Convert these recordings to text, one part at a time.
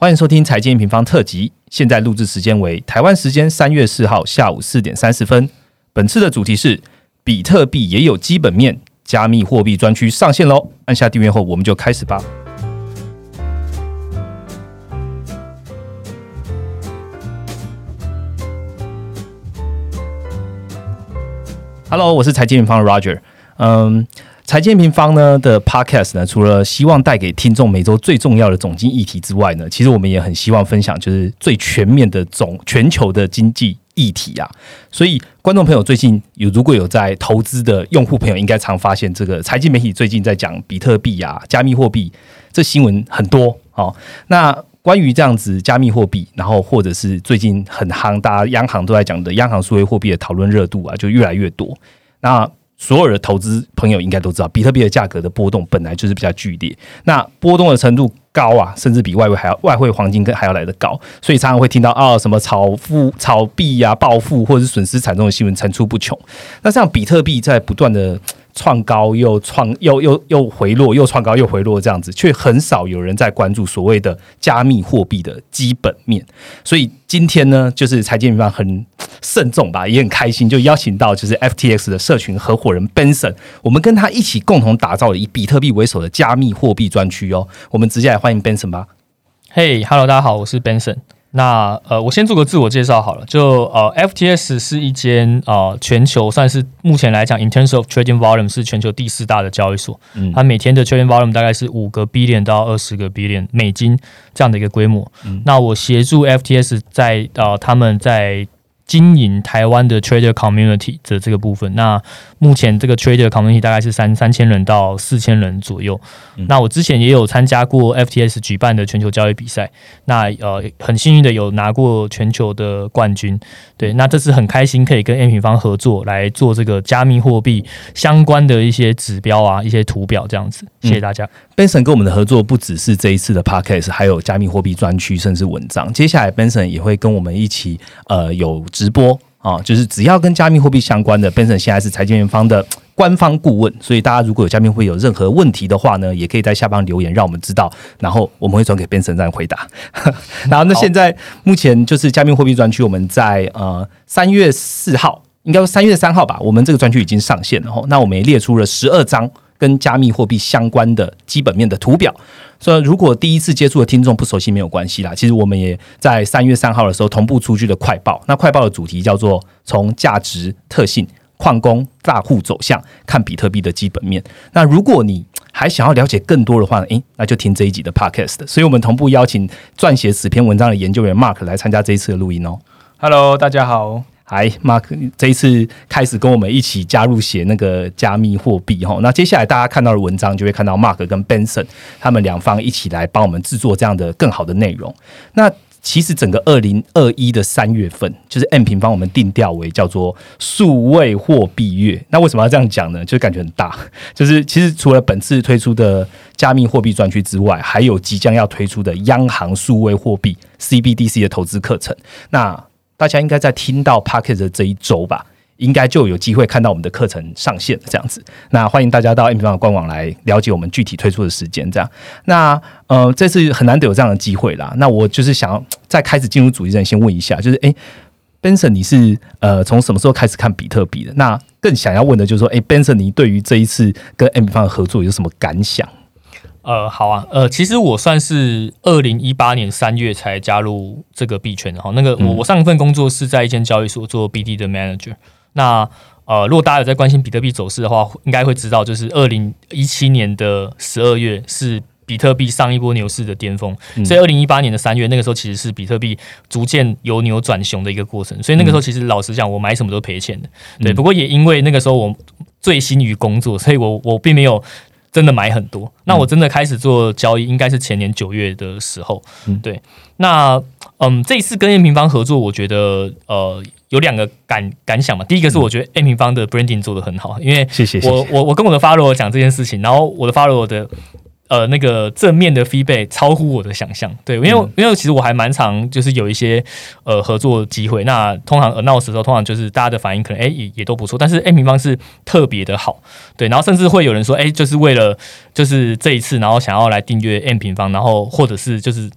欢迎收听财经平方特辑，现在录制时间为台湾时间3月4号下午4点30分。本次的主题是比特币也有基本面，加密货币专区上线咯。按下订阅后，我们就开始吧。Hello， 我是财经平方的 Roger。财经平方呢的 Podcast 呢，除了希望带给听众每周最重要的总经议题之外呢，其实我们也很希望分享就是最全面的全球的经济议题啊。所以观众朋友最近如果有在投资的用户朋友，应该常发现这个财经媒体最近在讲比特币啊、加密货币，这新闻很多哦。那关于这样子加密货币，然后或者是最近很夯，大家央行都在讲的央行数位货币的讨论热度啊，就越来越多。那所有的投资朋友应该都知道，比特币的价格的波动本来就是比较剧烈，那波动的程度高啊，甚至比外汇黄金还要来得高，所以常常会听到什么炒币啊、暴富或者是损失惨重的新闻层出不穷。那这样比特币在不断的创高又回落，又创高又回落这样子，却很少有人在关注所谓的加密货币的基本面。所以今天呢，就是财经平方很慎重吧，也很开心，就邀请到就是 FTX 的社群合伙人 Benson， 我们跟他一起共同打造了以比特币为首的加密货币专区哦。我们直接来欢迎 Benson 吧。 Hello， 大家好，我是 Benson。那我先做个自我介绍好了。就FTX 是一间全球算是目前来讲 in terms of trading volume 是全球第4大的交易所。它每天的 trading volume 大概是5个 billion 到20个 billion 美金这样的一个规模。那我协助 FTX 在他们在经营台湾的 trader community 的这个部分，那目前这个 trader community 大概是3000人到4000人左右。那我之前也有参加过 FTX 举办的全球交易比赛，那很幸运的有拿过全球的冠军。对，那这次很开心可以跟 M 平方合作来做这个加密货币相关的一些指标啊、一些图表这样子。谢谢大家。 Benson 跟我们的合作不只是这一次的 Podcast， 还有加密货币专区，甚至文章。接下来 Benson 也会跟我们一起有直播就是只要跟加密货币相关的 Benson 现在是财经平方的官方顾问，所以大家如果有加密货币有任何问题的话呢，也可以在下方留言让我们知道，然后我们会转给 Benson 这样回答。然后那现在目前就是加密货币专区，我们在3月4号，应该说3月3号吧，我们这个专区已经上线了。那我们也列出了12张跟加密货币相关的基本面的图表，所以如果第一次接触的听众不熟悉没有关系啦。其实我们也在3月3号的时候同步出具了快报，那快报的主题叫做从价值特性、矿工、大户走向看比特币的基本面。那如果你还想要了解更多的话呢，那就听这一集的 Podcast。所以我们同步邀请撰写此篇文章的研究员 Mark 来参加这一次的录音哦。 Hello， 大家好。 嗨 ，Mark， 这一次开始跟我们一起加入写那个加密货币那接下来大家看到的文章就会看到 Mark 跟 Benson 他们两方一起来帮我们制作这样的更好的内容。那其实整个2021的3月份，就是 M 平方我们定调为叫做数位货币月。那为什么要这样讲呢？就感觉很大，就是其实除了本次推出的加密货币专区之外，还有即将要推出的央行数位货币 CBDC 的投资课程。那大家应该在听到 Podcast 的这一周吧，应该就有机会看到我们的课程上线这样子。那欢迎大家到 M 平方的官网来了解我们具体推出的时间这样。那这次很难得有这样的机会啦。那我就是想要在开始进入主题之前先问一下，就是Benson 你是从什么时候开始看比特币的？那更想要问的就是说Benson 你对于这一次跟 M 平方的合作有什么感想？ 好啊，其实我算是2018年3月才加入这个币圈的哈。那个我上一份工作是在一间交易所做 BD 的 manager。那如果大家有在关心比特币走势的话，应该会知道，就是2017年的12月是比特币上一波牛市的巅峰，所以2018年的3月那个时候其实是比特币逐渐由牛转熊的一个过程。所以那个时候其实老实讲，我买什么都赔钱的。对，不过也因为那个时候我醉心于工作，所以我并没有真的买很多。那我真的开始做交易应该是前年9月的时候。对，那这一次跟 M 平方合作，我觉得有2个感想嘛。第一个是我觉得 M 平方的 branding 做得很好，因为我跟我的 follower 讲这件事情，然后我的 follower 的那个正面的 feedback 超乎我的想象。对，因为其实我还蛮常就是有一些合作机会，那通常 announce 的时候，通常就是大家的反应可能也都不错，但是 M 平方是特别的好。对，然后甚至会有人说就是为了就是这一次，然后想要来订阅 M 平方，然后或者是就是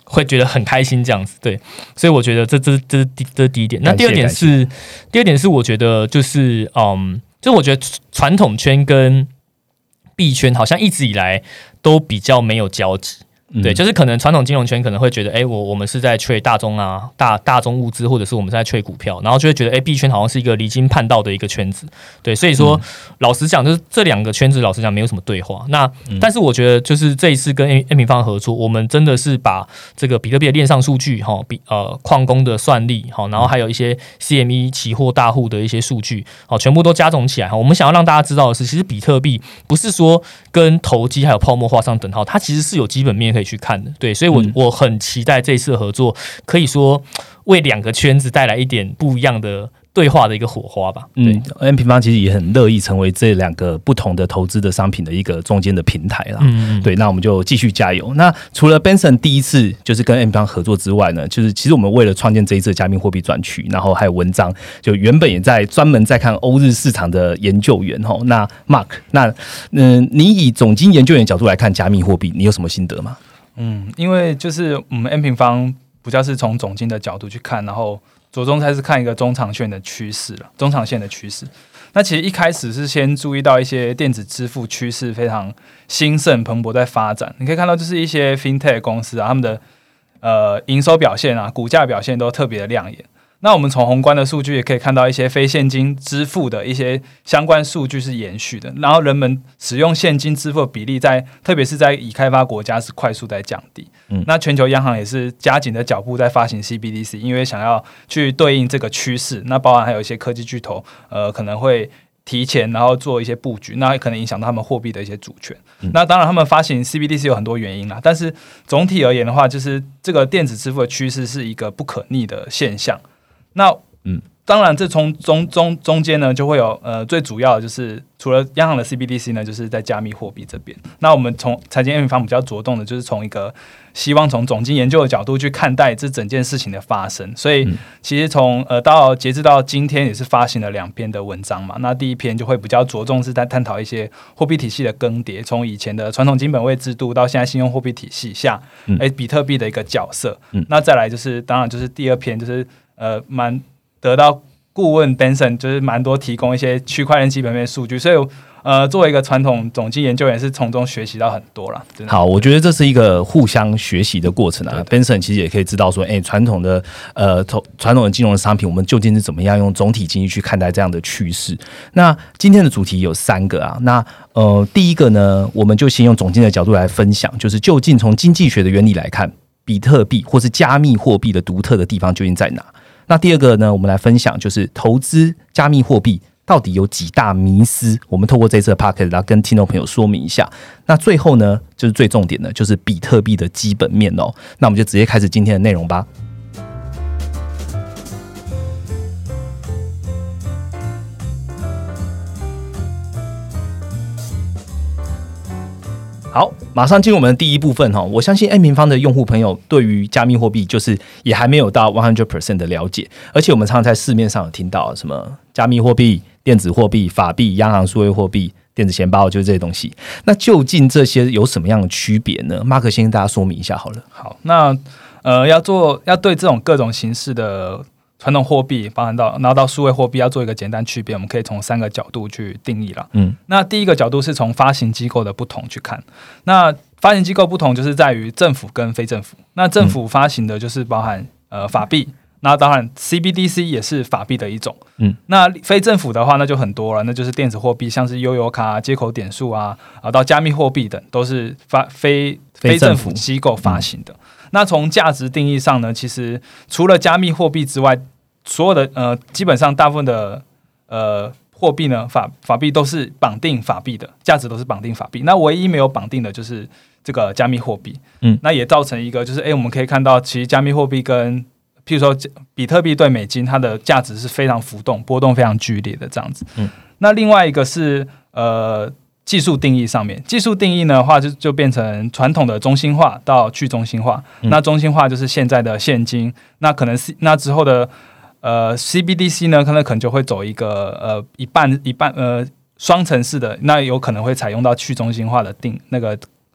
会觉得很开心这样子。对，所以我觉得这是第一点。那第二点是我觉得就是就我觉得传统圈跟币圈好像一直以来都比较没有交集。对，就是可能传统金融圈可能会觉得，我们是在trade大宗啊、大宗物资，或者是我们是在trade股票，然后就会觉得，币圈好像是一个离经叛道的一个圈子。对，所以说，老实讲，就是这两个圈子，老实讲没有什么对话。那，但是我觉得，就是这一次跟 M 平方合作，我们真的是把这个比特币的链上数据，矿工的算力，然后还有一些 CME 期货大户的一些数据，全部都加总起来。我们想要让大家知道的是，其实比特币不是说跟投机还有泡沫画上等号，它其实是有基本面可以去看的。对，所以我很期待这一次的合作，可以说为两个圈子带来一点不一样的对话的一个火花吧。 M 平方其实也很乐意成为这两个不同的投资的商品的一个中间的平台啦。对，那我们就继续加油。那除了 Benson 第一次就是跟 M 平方合作之外呢，就是其实我们为了创建这一次的加密货币专区，然后还有文章，就原本也在专门在看欧日市场的研究员那 Mark， 你以总经研究员角度来看加密货币，你有什么心得吗？ 因为就是我们 M 平方比较是从总经的角度去看，然后着重才是看一个中长线的趋势了，中长线的趋势。那其实一开始是先注意到一些电子支付趋势非常兴盛蓬勃在发展，你可以看到就是一些 FinTech 公司他们的营收表现啊、股价表现都特别的亮眼。那我们从宏观的数据也可以看到一些非现金支付的一些相关数据是延续的，然后人们使用现金支付的比例特别是在已开发国家是快速在降低。那全球央行也是加紧的脚步在发行 CBDC， 因为想要去对应这个趋势。那包含还有一些科技巨头可能会提前然后做一些布局，那可能影响到他们货币的一些主权。那当然他们发行 CBDC 有很多原因啦，但是总体而言的话，就是这个电子支付的趋势是一个不可逆的现象。那当然这从中间呢就会有最主要的就是除了央行的 CBDC 呢，就是在加密货币这边。那我们从财经 M 平方比较着重的就是从一个希望从总经研究的角度去看待这整件事情的发生。所以其实从截至到今天也是发行了2篇的文章嘛。那第一篇就会比较着重是在探讨一些货币体系的更迭，从以前的传统金本位制度到现在信用货币体系下比特币的一个角色。那再来就是当然就是第2篇就是蛮得到顾问 Benson 就是蛮多提供一些区块链基本面数据，所以作为一个传统总经研究员是从中学习到很多啦。 好，我觉得这是一个互相学习的过程啊。Benson 其实也可以知道说，传统的金融的商品，我们究竟是怎么样用总体经济去看待这样的趋势。那今天的主题有3个啊。那第一个呢，我们就先用总经的角度来分享，就是究竟从经济学的原理来看，比特币或是加密货币的独特的地方究竟在哪？那第二个呢，我们来分享就是投资加密货币到底有几大迷思，我们透过这次的 podcast 来跟听众朋友说明一下。那最后呢，就是最重点的，就是比特币的基本面哦。那我们就直接开始今天的内容吧。好，马上进入我们的第一部分哈。我相信 M 平方的用户朋友对于加密货币就是也还没有到 100% 的了解，而且我们常常在市面上有听到什么加密货币、电子货币、法币、央行数位货币、电子钱包，就是这些东西。那究竟这些有什么样的区别呢？Mark 先跟大家说明一下好了。 好，那要对这种各种形式的传统货币，包含然后到数位货币，要做一个简单区别，我们可以从3个角度去定义了。那第一个角度是从发行机构的不同去看。那发行机构不同就是在于政府跟非政府。那政府发行的就是包含法币，那当然 CBDC 也是法币的一种。那非政府的话那就很多了，那就是电子货币，像是悠游卡、接口点数啊，到加密货币等，都是非政府机构发行的。那从价值定义上呢，其实除了加密货币之外，所有的基本上大部分的货币呢，法币都是绑定法币的，价值都是绑定法币。那唯一没有绑定的就是这个加密货币。那也造成一个就是我们可以看到，其实加密货币跟譬如说比特币对美金，它的价值是非常波动非常剧烈的这样子。那另外一个是技术定义上面，技术定义呢的话就变成传统的中心化到去中心化。那中心化就是现在的现金，那可能那之后的CBDC 呢，可能就会走一个一半双层式的，那有可能会采用到去中心化的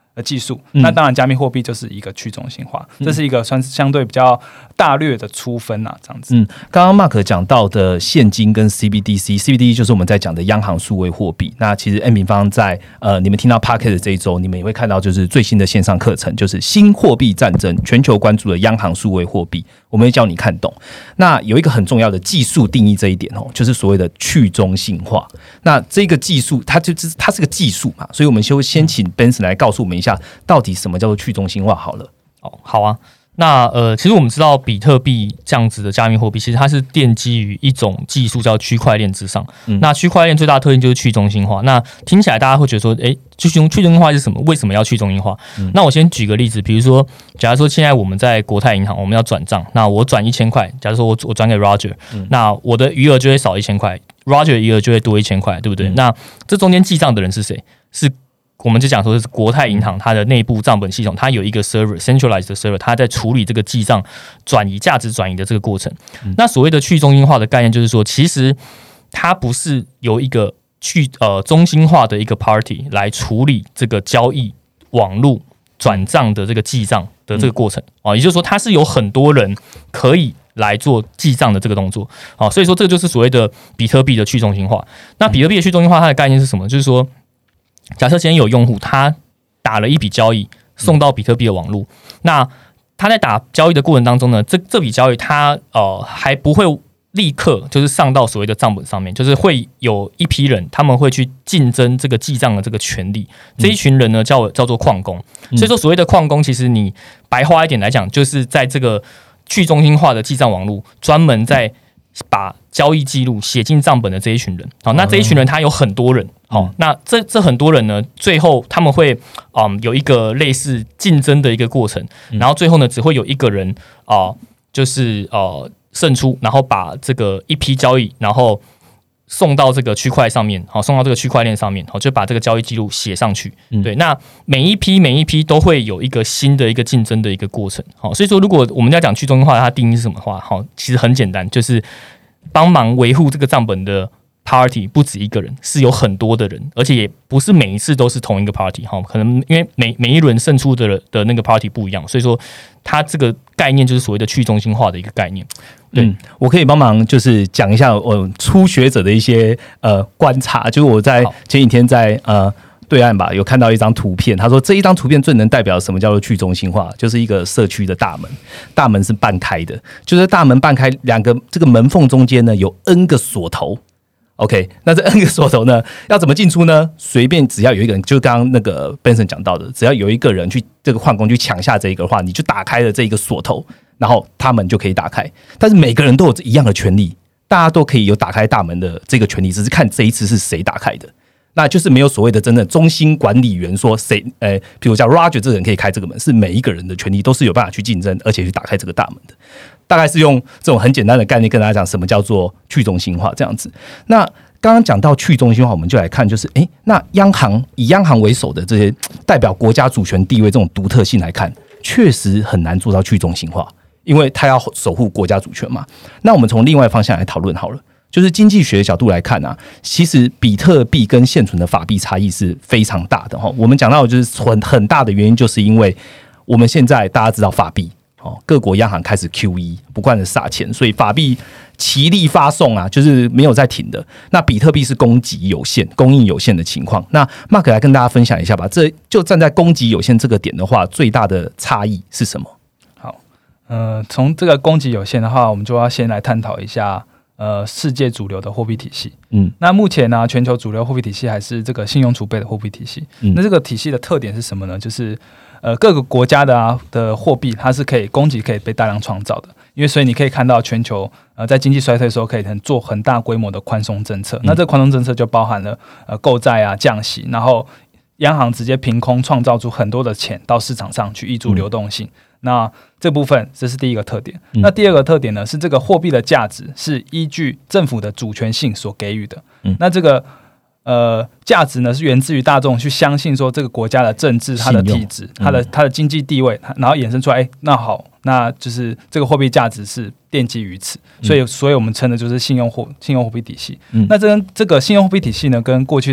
技术。那当然，加密货币就是一个去中心化，这是一个算是相对比较大略的粗分啊，这样子。 刚刚 Mark 讲到的现金跟 CBDC 就是我们在讲的央行数位货币。那其实 M 平方在你们听到 Podcast 这一周，你们也会看到就是最新的线上课程，就是新货币战争，全球关注的央行数位货币，我们会教你看懂。那有一个很重要的技术定义这一点就是所谓的去中心化。那这个技术它是个技术嘛，所以我们就先请 Benson 来告诉我们一下，到底什么叫做去中心化好了。 好啊。那其实我们知道比特币这样子的加密货币，其实它是奠基于一种技术叫区块链之上。那区块链最大的特性就是去中心化。那听起来大家会觉得说，去中心化是什么？为什么要去中心化？那我先举个例子，比如说，假如说现在我们在国泰银行，我们要转账，那我转1000块，假如说我转给 Roger，那我的余额就会少1000块 ，Roger 的余额就会多1000块，对不对？那这中间记账的人是谁？我们就讲说是国泰银行它的内部账本系统，它有一个 centralized 的 server， 它在处理这个记账价值转移的这个过程。那所谓的去中心化的概念就是说，其实它不是由一个中心化的一个 party 来处理这个交易网络转账的这个记账的这个过程也就是说，它是有很多人可以来做记账的这个动作所以说这个就是所谓的比特币的去中心化。那比特币的去中心化它的概念是什么？就是说，假设今天有用户他打了一笔交易送到比特币的网络，那他在打交易的过程当中呢，这笔交易他还不会立刻就是上到所谓的账本上面，就是会有一批人他们会去竞争这个记账的这个权利，这一群人呢叫做矿工。所以说所谓的矿工，其实你白话一点来讲，就是在这个去中心化的记账网络专门在把交易记录写进账本的这一群人。那这一群人他有很多人。那这很多人呢，最后他们会有一个类似竞争的一个过程，然后最后呢，只会有一个人就是胜出，然后把这个一批交易，然后送到这个区块上面，送到这个区块链上面，就把这个交易记录写上去。对，那每一批都会有一个新的一个竞争的一个过程。所以说，如果我们要讲去中心化，它定义是什么话，其实很简单，就是帮忙维护这个账本的 party 不止一个人，是有很多的人，而且也不是每一次都是同一个 party 可能因为每一轮胜出的那个 party 不一样，所以说它这个概念就是所谓的去中心化的一个概念。对， 我可以帮忙就是讲一下我初学者的一些观察，就是我在前几天在对岸吧有看到一张图片，他说这一张图片最能代表什么叫做去中心化，就是一个社区的大门，大门是半开的，就是大门半开，两个这个门缝中间呢有 N 个锁头。OK， 那这 N 个锁头呢，要怎么进出呢？随便只要有一个人，就刚刚那个 Benson 讲到的，只要有一个人去这个矿工去抢下这一个的话，你就打开了这一个锁头，然后他们就可以打开。但是每个人都有一样的权利，大家都可以有打开大门的这个权利，只是看这一次是谁打开的。那就是没有所谓的真的中心管理员说谁，比如叫 Roger 这个人可以开这个门，是每一个人的权利都是有办法去竞争，而且去打开这个大门的。大概是用这种很简单的概念跟大家讲什么叫做去中心化这样子。那刚刚讲到去中心化，我们就来看就是那以央行为首的这些代表国家主权地位这种独特性来看，确实很难做到去中心化，因为它要守护国家主权嘛。那我们从另外方向来讨论好了，就是经济学的角度来看其实比特币跟现存的法币差异是非常大的我们讲到的就是很大的原因，就是因为我们现在大家知道法币各国央行开始 QE 不断的撒钱，所以法币齐力发送就是没有在停的。那比特币是供应有限的情况。那 Mark 来跟大家分享一下吧，这就站在供给有限这个点的话，最大的差异是什么？ 好，从这个供给有限的话，我们就要先来探讨一下世界主流的货币体系。那目前呢，全球主流货币体系还是这个信用储备的货币体系。那这个体系的特点是什么呢？就是各个国家的货币，它是供给可以被大量创造的，因为所以你可以看到全球在经济衰退的时候可以做很大规模的宽松政策。那这个宽松政策就包含了购债降息，然后央行直接凭空创造出很多的钱到市场上去挹注流动性。那这部分这是第一个特点。那第二个特点呢，是这个货币的价值是依据政府的主权性所给予的。那这个价值呢是源自于大众去相信说这个国家的政治、它的体制、它的经济地位，然后衍生出来，那好，那就是这个货币价值是奠基于此，所以我们称的就是信用货币体系。那这个信用货币体系呢，跟过去的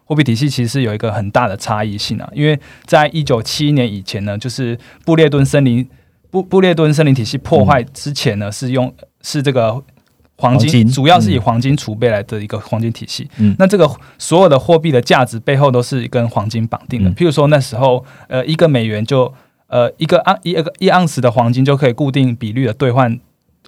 货币体系其实是有一个很大的差异性啊，因为在1971年以前呢，就是布列顿森林体系破坏之前呢，是这个黄金主要是以黄金储备来的一个黄金体系。那这个所有的货币的价值背后都是跟黄金绑定的。譬如说那时候1个美元就一盎司的黄金就可以固定比率的兑换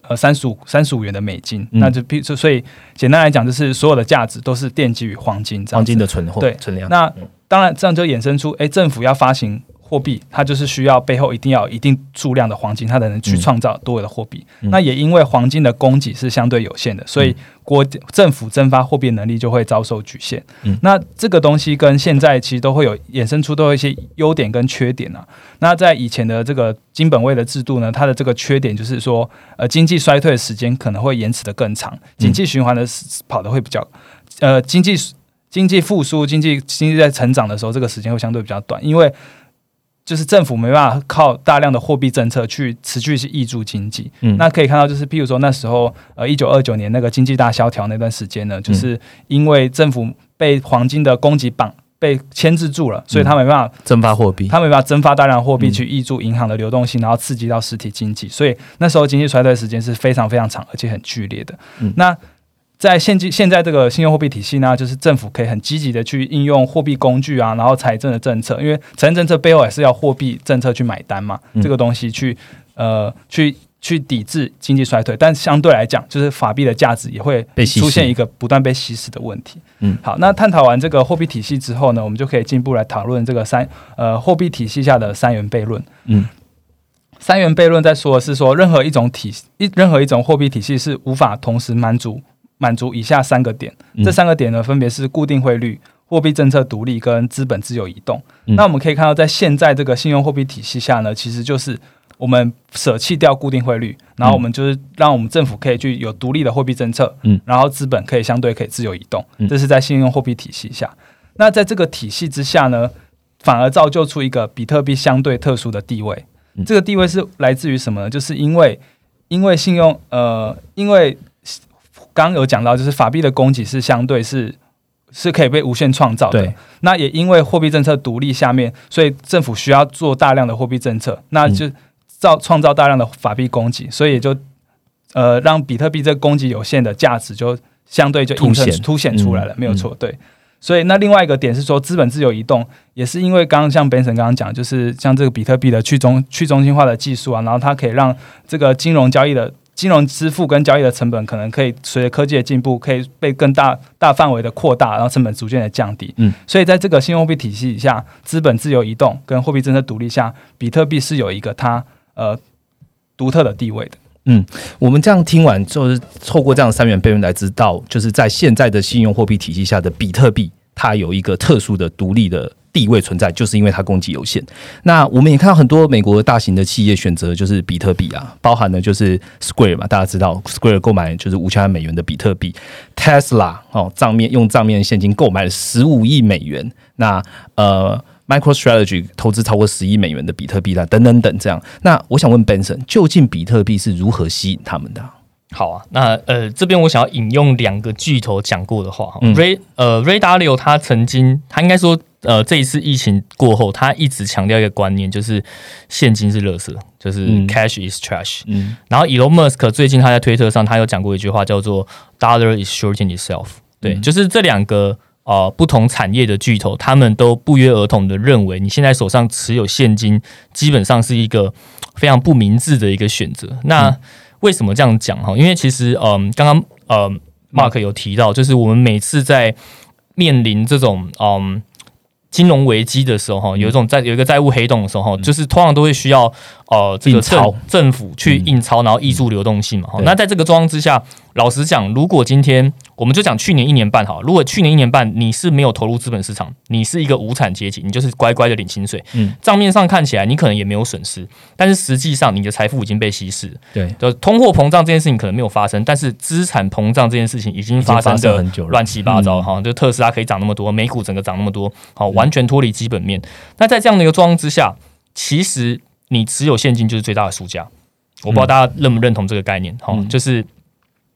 35元的美金。那就所以简单来讲，就是所有的价值都是奠基于黄金的存量。 那当然这样就衍生出，政府要发行货币，它就是需要背后一定要有一定数量的黄金，它才能去创造多额的货币。那也因为黄金的供给是相对有限的，所以政府增发货币能力就会遭受局限。那这个东西跟现在其实都会有衍生出都有一些优点跟缺点啊。那在以前的这个金本位的制度呢，它的这个缺点就是说，经济衰退的时间可能会延迟的更长，经济循环的跑得会比较经济复苏、经济在成长的时候，这个时间会相对比较短，因为就是政府没办法靠大量的货币政策去持续去挹注经济。那可以看到，就是譬如说那时候1929年那个经济大萧条那段时间呢，就是因为政府被黄金的供给被牵制住了，所以他没办法增发货币， 他没办法增发大量货币去挹注银行的流动性，然后刺激到实体经济，所以那时候经济衰退的时间是非常非常长而且很剧烈的。那在现在这个信用货币体系呢，就是政府可以很积极的去应用货币工具啊，然后财政的政策，因为财政政策背后也是要货币政策去买单嘛，这个东西去抵制经济衰退，但相对来讲，就是法币的价值也会出现一个不断被稀释的问题。好，那探讨完这个货币体系之后呢，我们就可以进一步来讨论这个货币体系下的三元悖论。三元悖论在说的是说，任何一种货币体系是无法同时满足以下3个点，这3个点呢，分别是固定汇率、货币政策独立跟资本自由移动。那我们可以看到，在现在这个信用货币体系下呢，其实就是我们舍弃掉固定汇率，然后我们就是让我们政府可以去有独立的货币政策，然后资本可以相对可以自由移动，这是在信用货币体系下。那在这个体系之下呢，反而造就出一个比特币相对特殊的地位。这个地位是来自于什么呢？就是因为信用因为刚刚有讲到，就是法币的供给是相对是可以被无限创造的。那也因为货币政策独立下面，所以政府需要做大量的货币政策，那就创造大量的法币供给，所以也就让比特币这供给有限的价值就相对就凸显出来了，没有错，对。所以那另外一个点是说，资本自由移动也是因为刚刚像 Benson 刚刚讲，就是像这个比特币的去中心化的技术啊，然后它可以让这个金融支付跟交易的成本可能可以随着科技的进步，可以被更大范围的扩大，然后成本逐渐的降低。所以在这个信用货币体系下，资本自由移动跟货币政策独立下，比特币是有一个它独特的地位的。 我们这样听完，就是透过这样的三元悖论来知道，就是在现在的信用货币体系下的比特币，它有一个特殊的独立的地位存在，就是因为它供给有限。那我们也看到很多美国大型的企业选择就是比特币啊，包含了就是 Square 嘛，大家知道 Square 购买就是5000万美元的比特币 ，Tesla 用账面现金购买了15亿美元，那MicroStrategy 投资超过10亿美元的比特币啦，等等等这样。那我想问 Benson， 究竟比特币是如何吸引他们的？ 好啊，那这边我想要引用2个巨头讲过的话。Ray Dalio 他应该说这一次疫情过后，他一直强调一个观念，就是现金是垃圾，就是 cash is trash。然后 Elon Musk 最近他在推特上他有讲过一句话，叫做 Dollar is shorting itself。对，就是这2个不同产业的巨头，他们都不约而同的认为，你现在手上持有现金，基本上是一个非常不明智的一个选择。那为什么这样讲？因为其实刚刚Mark 有提到，就是我们每次在面临这种金融危机的时候，有一个债务黑洞的时候，就是通常都会需要这个政府去印钞，然后挹注流动性嘛。那在这个状况之下，老实讲，如果今天我们就讲去年1年半好，如果去年1年半你是没有投入资本市场，你是一个无产阶级，你就是乖乖的领薪水，账面上看起来你可能也没有损失，但是实际上你的财富已经被稀释。 对， 通货膨胀这件事情可能没有发生，但是资产膨胀这件事情已经发生的乱七八糟。就特斯拉可以涨那么多，美股整个涨那么多，完全脱离基本面。那在这样的一个状况之下，其实你持有现金就是最大的输家。我不知道大家认不认同这个概念，就是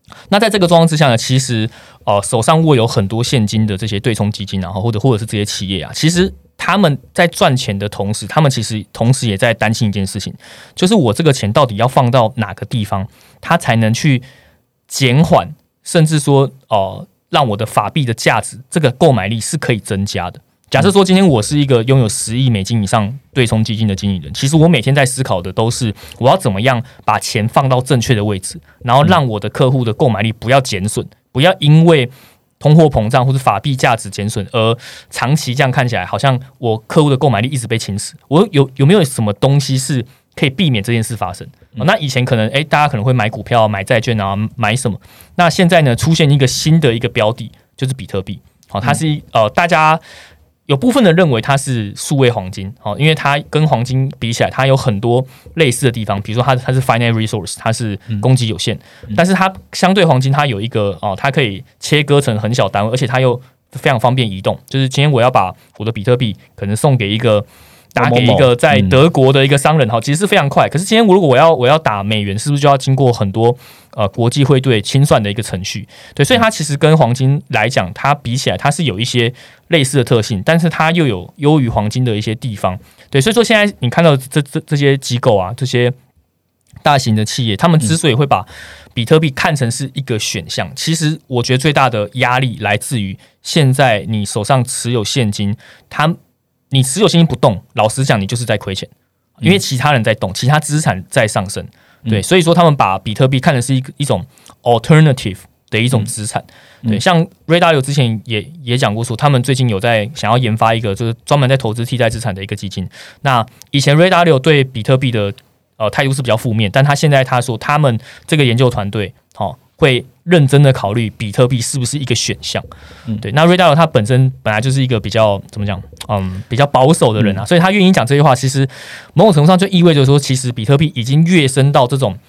那在这个状况之下呢，其实手上握有很多现金的这些对冲基金啊，或者是这些企业啊，其实他们在赚钱的同时，他们其实同时也在担心一件事情，就是我这个钱到底要放到哪个地方，它才能去减缓，甚至说让我的法币的价值这个购买力是可以增加的。假设说今天我是一个拥有10亿美金以上对冲基金的经理人，其实我每天在思考的都是我要怎么样把钱放到正确的位置，然后让我的客户的购买力不要减损，不要因为通货膨胀或者法币价值减损而长期这样看起来好像我客户的购买力一直被侵蚀。我有没有什么东西是可以避免这件事发生？那以前可能大家可能会买股票、买债券啊，买什么？那现在呢，出现一个新的一个标的，就是比特币。它是大家有部分的认为它是数位黄金，因为它跟黄金比起来，它有很多类似的地方，比如说它是 finite resource， 它是供给有限，但是它相对黄金，它有一个它可以切割成很小单位，而且它又非常方便移动。就是今天我要把我的比特币可能送给一个。打给一个在德国的一个商人，其实是非常快。可是今天如果我要打美元，是不是就要经过很多国际汇兑清算的一个程序？对，所以它其实跟黄金来讲，它比起来它是有一些类似的特性，但是它又有优于黄金的一些地方。对，所以说现在你看到这些机构啊，这些大型的企业，他们之所以会把比特币看成是一个选项，其实我觉得最大的压力来自于现在你手上持有现金，你持有现金不动，老实讲，你就是在亏钱，因为其他人在动，其他资产在上升，对，所以说他们把比特币看的是一种 alternative 的一种资产，对，像 Ray Dalio 之前也讲过说，他们最近有在想要研发一个就是专门在投资替代资产的一个基金。那以前 Ray Dalio 对比特币的态度是比较负面，但他现在他说他们这个研究团队会认真的考虑比特币是不是一个选项，对。那 Ray Dalio 他本来就是一个比较怎么讲，比较保守的人啊，所以他愿意讲这句话，其实某种程度上就意味着说，其实比特币已经跃升到这种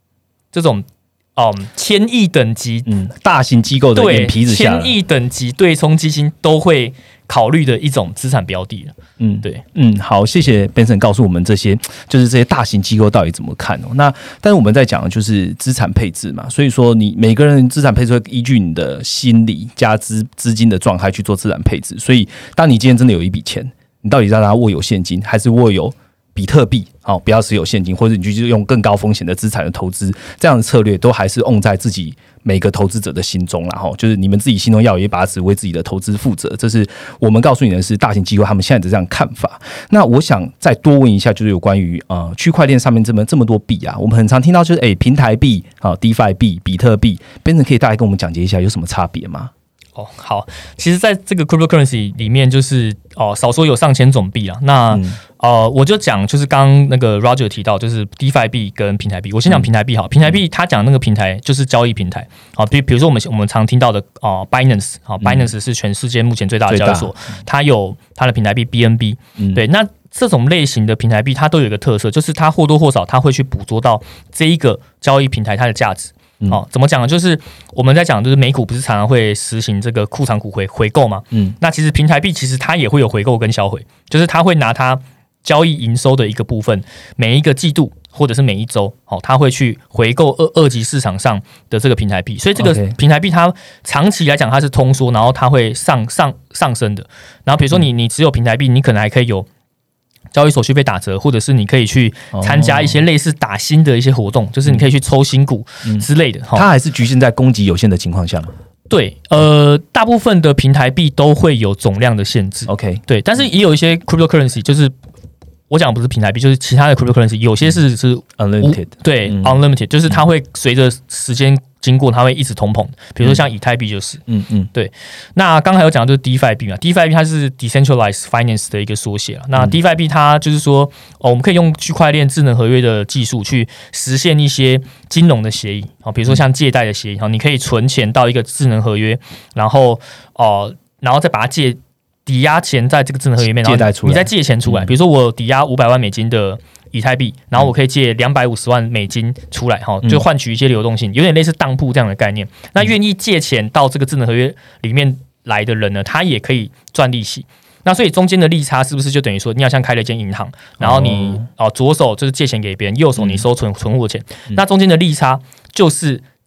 1000亿等级， 大型机构的眼皮子下，1000 亿等级对冲基金都会考虑的一种资产标的了。对， 好，谢谢 Benson 告诉我们这些大型机构到底怎么看哦。那但是我们在讲的就是资产配置嘛，所以说你每个人资产配置会依据你的心理加资金的状态去做资产配置。所以当你今天真的有一笔钱，你到底让它握有现金，还是握有比特币？不要持有现金，或者你去用更高风险的资产的投资，这样的策略都还是用在自己每个投资者的心中啦。就是你们自己心中要有一把尺，为自己的投资负责。这是我们告诉你的是大型机构他们现在的这样看法。那我想再多问一下，就是有关于区块链上面这么多币啊，我们很常听到就是平台币、DeFi 币、比特币，Benson可以大概跟我们讲解一下有什么差别吗？ 好，其实在这个 cryptocurrency 里面，就是少说有上千种币啦。那我就讲，就是刚刚那个 Roger 提到，就是 DeFi 币跟平台币。我先讲平台币好，平台币他讲那个平台就是交易平台。比如说我们常听到的Binance，Binance 是全世界目前最大的交易所，它有它的平台币 BNB。对，那这种类型的平台币，它都有一个特色，就是它或多或少它会去捕捉到这一个交易平台它的价值。怎么讲呢？就是我们在讲，就是美股不是常常会实行这个库藏股回购嘛？那其实平台币其实它也会有回购跟销毁，就是它会拿它交易营收的一个部分，每一个季度或者是每一周，它会去回购二级市场上的这个平台币，所以这个平台币它长期来讲它是通缩，然后它会上升的。然后比如说你持有平台币，你可能还可以有交易手续费打折，或者是你可以去参加一些类似打新的一些活动，就是你可以去抽新股之类的。 它还是局限在供给有限的情况下吗？ 对，大部分的平台币都会有总量的限制。 OK， 对，但是也有一些 cryptocurrency， 就是我讲不是平台币，就是其他的 cryptocurrency， 有些是 unlimited， 对，unlimited， 就是它会随着时间经过，它会一直通膨。比如说像以太币就是，对。那刚才有讲就是 DeFi 币嘛 ，DeFi 币它是 decentralized finance 的一个缩写了。那 DeFi 币它就是说，我们可以用区块链智能合约的技术去实现一些金融的协议，比如说像借贷的协议，你可以存钱到一个智能合约，然后再把它抵押钱在这个智能合约里面，然后你再借钱出来。比如说我抵押500万美金的以太币，然后我可以借250万美金出来，就换取一些流动性，有点类似当铺这样的概念。那愿意借钱到这个智能合约里面来的人呢，他也可以赚利息。那所以中间的利差是不是就等于说，你好像开了一间银行，然后你左手就是借钱给别人，右手你收存户的钱，那中间的利差就是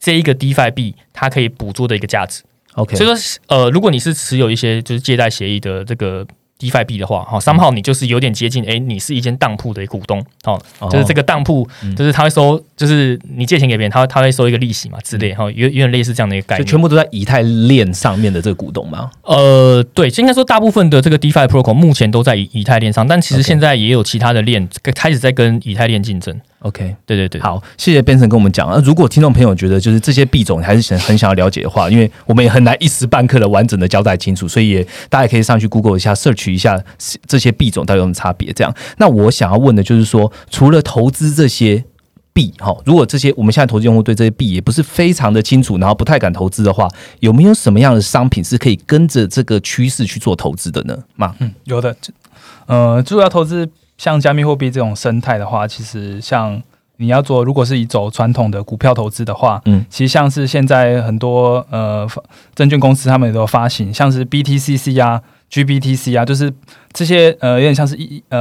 这一个 DeFi 币它可以捕捉的一个价值。 OK， 所以说如果你是持有一些就是借贷协议的这个DeFi 币的话，somehow 你就是有点接近，你是一间当铺的股东，就是这个当铺，就是他会收，就是你借钱给别人，他会收一个利息嘛之类，有点类似这样的一个概念。 就全部都在以太链上面的这个股东吗？ 对，应该说大部分的这个 DeFi Protocol 目前都在以太链上，但其实现在也有其他的链开始在跟以太链竞争。 OK， 对， 好，谢谢 Benson 跟我们讲。如果听众朋友觉得就是这些币种还是很想要了解的话，因为我们也很难一时半刻的完整的交代清楚，所以大家也可以上去 Google 一下 ，search 一下这些币种到底有什么差别。这样，那我想要问的就是说，除了投资这些币，如果这些我们现在投资用户对这些币也不是非常的清楚，然后不太敢投资的话，有没有什么样的商品是可以跟着这个趋势去做投资的呢？ 有的，主要投资。像加密货币这种生态的话，其实像你要做，如果是以走传统的股票投资的话，其实像是现在很多证券公司他们也都有发行，像是 BTCC 啊、GBTC 啊，就是这些有点像是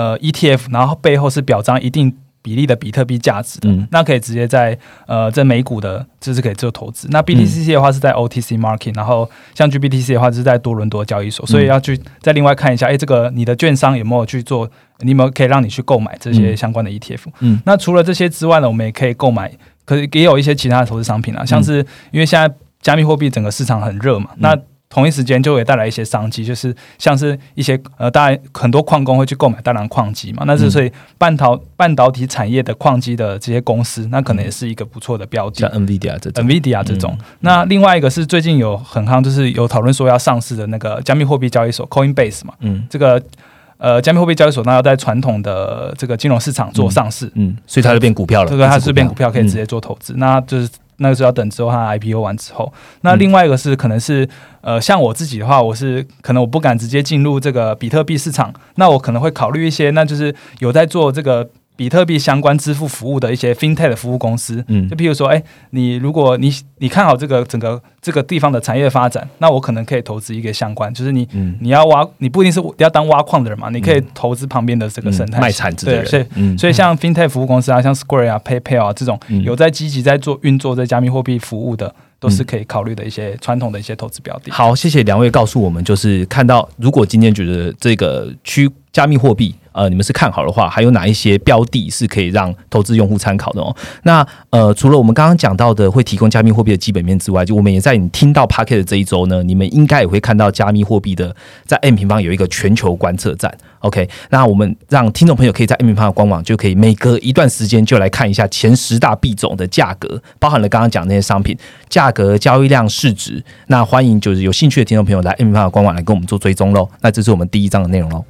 ETF， 然后背后是表彰一定比例的比特币价值的，那可以直接在这美股的这是可以做投资。那 BTCC 的话是在 OTC Market， 然后像 GBTC 的话是在多伦多交易所，所以要去再另外看一下，这个你的券商有没有去做，你有没有可以让你去购买这些相关的 ETF。那除了这些之外呢，我们也可以购买，可是也有一些其他的投资商品啊，像是因为现在加密货币整个市场很热嘛，那同一时间就会带来一些商机，就是像是一些当然很多矿工会去购买大量矿机嘛，那是所以半导体产业的矿机的这些公司，那可能也是一个不错的标的， 像 NVIDIA 这种。那另外一个是最近有很夯，就是有讨论说要上市的那个加密货币交易所 Coinbase 嘛，这个加密货币交易所，那要在传统的这个金融市场做上市， 所以它就变股票了， 这个它是变股票，可以直接做投资，那就是。那个时候要等之后它 IPO 完之后，那另外一个是可能是像我自己的话，可能我不敢直接进入这个比特币市场，那我可能会考虑一些，那就是有在做这个比特币相关支付服务的一些 FinTech 的服务公司，就譬如说，你如果你看好这个整个这个地方的产业发展，那我可能可以投资一个相关，就是你要挖，你不一定是要当挖矿的人嘛，你可以投资旁边的这个生态卖铲子的人， 对，所以像 FinTech 服务公司啊，像 Square 啊、PayPal 啊这种有在积极在运作这加密货币服务的。都是可以考虑的一些传统的一些投资标的。 好，谢谢两位告诉我们，就是看到如果今天觉得这个加密货币你们是看好的话，还有哪一些标的是可以让投资用户参考的哦？那除了我们刚刚讲到的会提供加密货币的基本面之外，就我们也在你听到 Podcast 的这一周呢，你们应该也会看到加密货币的在 M 平方有一个全球观测站。OK， 那我们让听众朋友可以在 M 平方的官网就可以每隔一段时间就来看一下前10大币种的价格，包含了刚刚讲那些商品价格、交易量、市值。那欢迎就是有兴趣的听众朋友来 M 平方的官网来跟我们做追踪咯。那这是我们第一章的内容咯。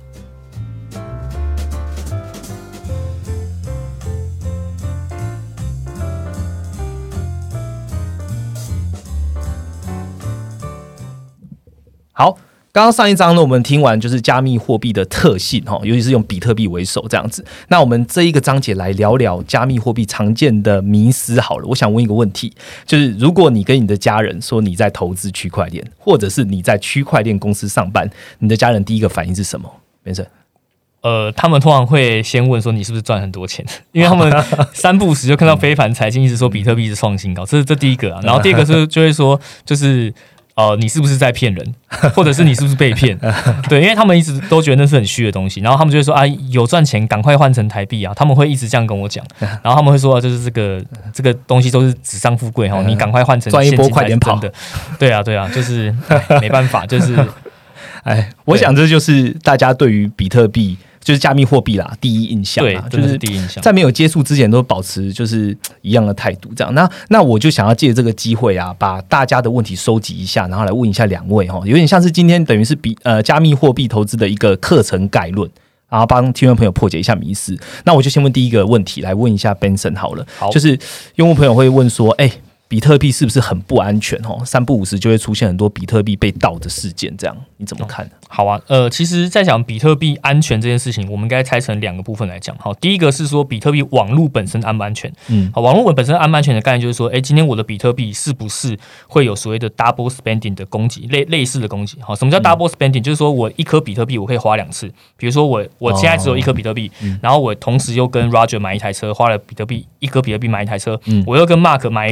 好，刚刚上一章呢，我们听完就是加密货币的特性，尤其是用比特币为首这样子。那我们这一个章节来聊聊加密货币常见的迷思好了。我想问一个问题，就是如果你跟你的家人说你在投资区块链，或者是你在区块链公司上班，你的家人第一个反应是什么？先生？ 他们通常会先问说你是不是赚很多钱，因为他们三不五时就看到非凡财经一直说比特币是创新高，这第一个啊。然后第二个是就会说就是你是不是在骗人，或者是你是不是被骗？对，因为他们一直都觉得那是很虚的东西，然后他们就会说有赚钱赶快换成台币啊，他们会一直这样跟我讲，然后他们会说就是这个东西都是纸上富贵你赶快换成赚一波快点跑的。对啊，就是没办法，就是我想这就是大家对于比特币。就是加密货币啦，第一印象啦， 就是第一印象， 在没有接触之前都保持就是一样的态度，这样。那我就想要借这个机会啊，把大家的问题收集一下，然后来问一下两位有点像是今天等于是加密货币投资的一个课程概论，然后帮听众朋友破解一下迷思。那我就先问第一个问题，来问一下 Benson 好了，就是用户朋友会问说，比特币是不是很不安全？三不五时就会出现很多比特币被盗的事件，这样你怎么看？ 好啊，其实在讲比特币安全这件事情，我们应该拆成2个部分来讲。好，第一个是说比特币网络本身安不安全？好，网络本身安不安全的概念就是说，今天我的比特币是不是会有所谓的 double spending 的攻击，类似的攻击？好，什么叫 double spending？就是说我一颗比特币我可以花2次，比如说我现在只有1颗比特币，然后我同时又跟 Roger 买一台车，花了一颗比特币买一台车，我又跟 Mark 买一栋房子。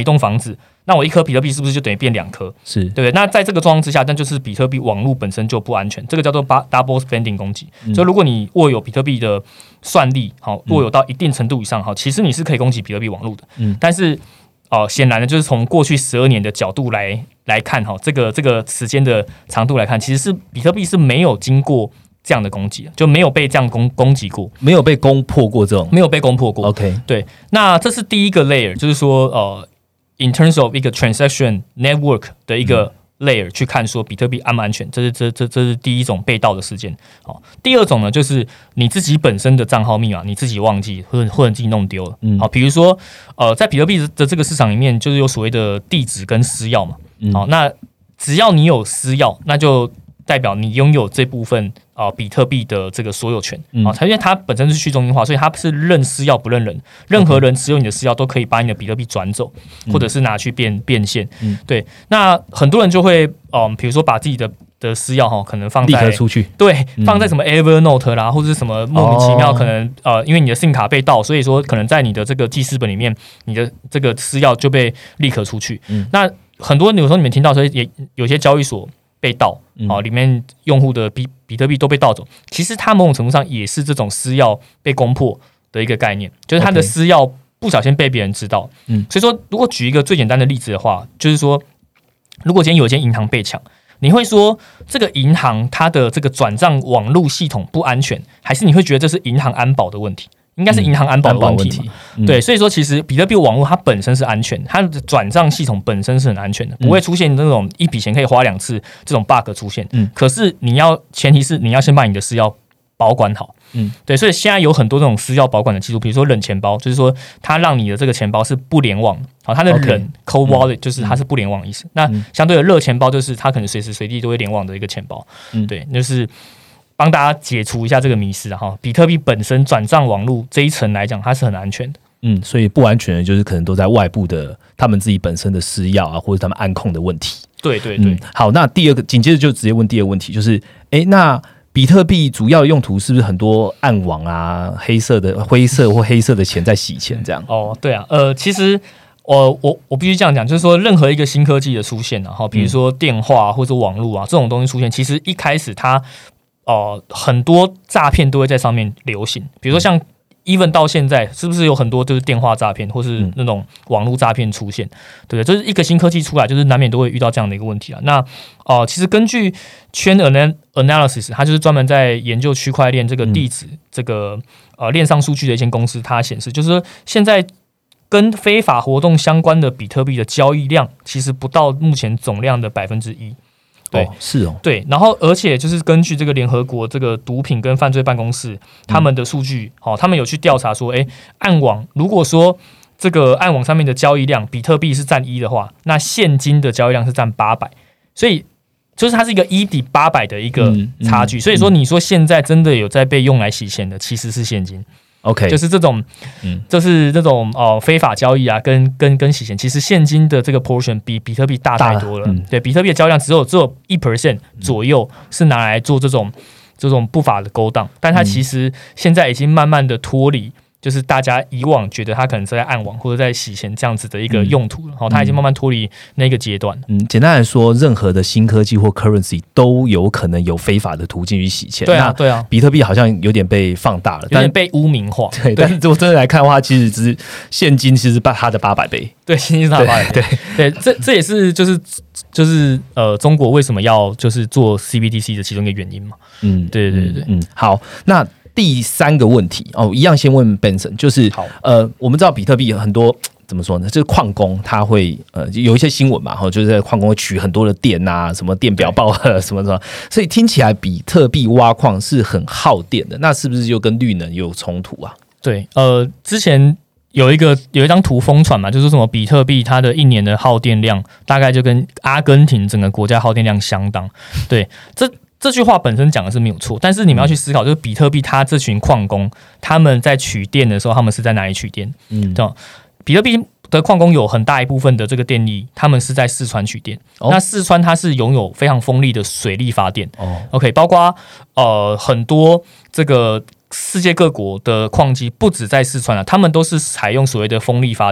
次，那我1颗比特币是不是就等于变2颗？ 是， 对不对？那在这个状况之下，那就是比特币网络本身就不安全，这个叫做 double spending 攻击。所以如果你握有比特币的算力，握有到一定程度以上，其实你是可以攻击比特币网络的。但是显然的，就是从过去12年的角度来看，这个时间的长度来看，其实是比特币是没有经过这样的攻击，就没有被这样攻击过， 没有被攻破过这种， 没有被攻破过。 OK， 对，那这是第一个 layer， 就是说in terms of 一个 transaction network 的一个 layer 去看说比特币安不安全，这是第一种被盗的事件。第二种呢，就是你自己本身的账号密码你自己忘记或者自己弄丢了。好，比如说在比特币的这个市场里面，就是有所谓的地址跟私钥嘛。好，那只要你有私钥，那就代表你拥有这部分比特币的这个所有权因为它本身是去中心化，所以它是认私钥不认人，任何人持有你的私钥都可以把你的比特币转走，或者是拿去变现。对，那很多人就会比如说把自己的私钥可能放在立刻出去， 对，放在什么 Evernote 啦，或者是什么莫名其妙可能因为你的 SIM 卡被盗，所以说可能在你的这个记事本里面，你的这个私钥就被立刻出去。那很多有时候你们听到说也有些交易所被盗，里面用户的比特币都被盗走。其实它某种程度上也是这种私钥被攻破的一个概念，就是它的私钥不小心被别人知道。所以说，如果举一个最简单的例子的话，就是说，如果今天有一间银行被抢，你会说这个银行它的这个转账网络系统不安全，还是你会觉得这是银行安保的问题？应该是银行安保的问题嘛。对，所以说其实比特币网络它本身是安全，它的转账系统本身是很安全的，不会出现那种一笔钱可以花2次这种 bug 出现。可是前提是你要先把你的私钥保管好。对，所以现在有很多这种私钥保管的技术，比如说冷钱包，就是说它让你的这个钱包是不联网，它的冷 cold wallet 就是它是不联网的意思。那相对的热钱包就是它可能随时随地都会联网的一个钱包。对，就是帮大家解除一下这个迷思哈，比特币本身转账网络这一层来讲，它是很安全的。 所以不安全的就是可能都在外部的他们自己本身的私钥啊，或者他们安控的问题。 对。 好，那第二个紧接着就直接问第二个问题，就是那比特币主要的用途是不是很多暗网啊、灰色或黑色的钱在洗钱这样？ 对啊，其实我必须这样讲，就是说任何一个新科技的出现啊，比如说电话或者网络啊这种东西出现，其实一开始它很多诈骗都会在上面流行，比如说像 even 到现在，是不是有很多就是电话诈骗或是那种网络诈骗出现，对不对？就是一个新科技出来，就是难免都会遇到这样的一个问题啊。那其实根据 Chain Analysis， 它就是专门在研究区块链这个地址这个链上数据的一间公司，它显示就是说现在跟非法活动相关的比特币的交易量，其实不到目前总量的1%。对， 是哦， 对，然后而且就是根据这个联合国这个毒品跟犯罪办公室他们的数据，他们有去调查说，暗网如果说这个暗网上面的交易量比特币是占1的话，那现金的交易量是占800，所以就是它是一个1抵800的一个差距。所以说，你说现在真的有在被用来洗钱的，其实是现金。 OK， 就是这种，就是这种非法交易啊，跟洗钱，其实现金的这个 portion 比比特币大太多了。对，比特币的交易量只有1% 左右是拿来做这种不法的勾当，但它其实现在已经慢慢的脱离，就是大家以往觉得它可能是在暗网或者在洗钱这样子的一个用途了。它已经慢慢脱离那个阶段。 简单来说，任何的新科技或 currency 都有可能有非法的途径去洗钱。 对啊， 比特币好像有点被放大了， 有点被污名化。 对，但是如果真的来看的话，其实只是现金，其实是它的800倍。 对，现金是它的800倍。对，这也是就是中国为什么要就是做 CBDC 的其中一个原因嘛。对。好，那第三个问题一样先问 Benson， 就是我们知道比特币有很多怎么说呢？就是矿工他会有一些新闻嘛，就是在矿工会取很多的电啊，什么电表爆什么，所以听起来比特币挖矿是很耗电的，那是不是就跟绿能有冲突啊？ 对，之前有一张图疯传嘛，就是什么比特币它的1年的耗电量大概就跟阿根廷整个国家耗电量相当。对，这句话本身讲的是没有错，但是你们要去思考，就是比特币它这群矿工他们在取电的时候，他们是在哪里取电？比特币的矿工有很大一部分的这个电力，他们是在四川取电。那四川它是拥有非常锋利的水力发电。OK， 包括很多这个世界各国的矿机不止在四川他们都是采用所谓的风力发电。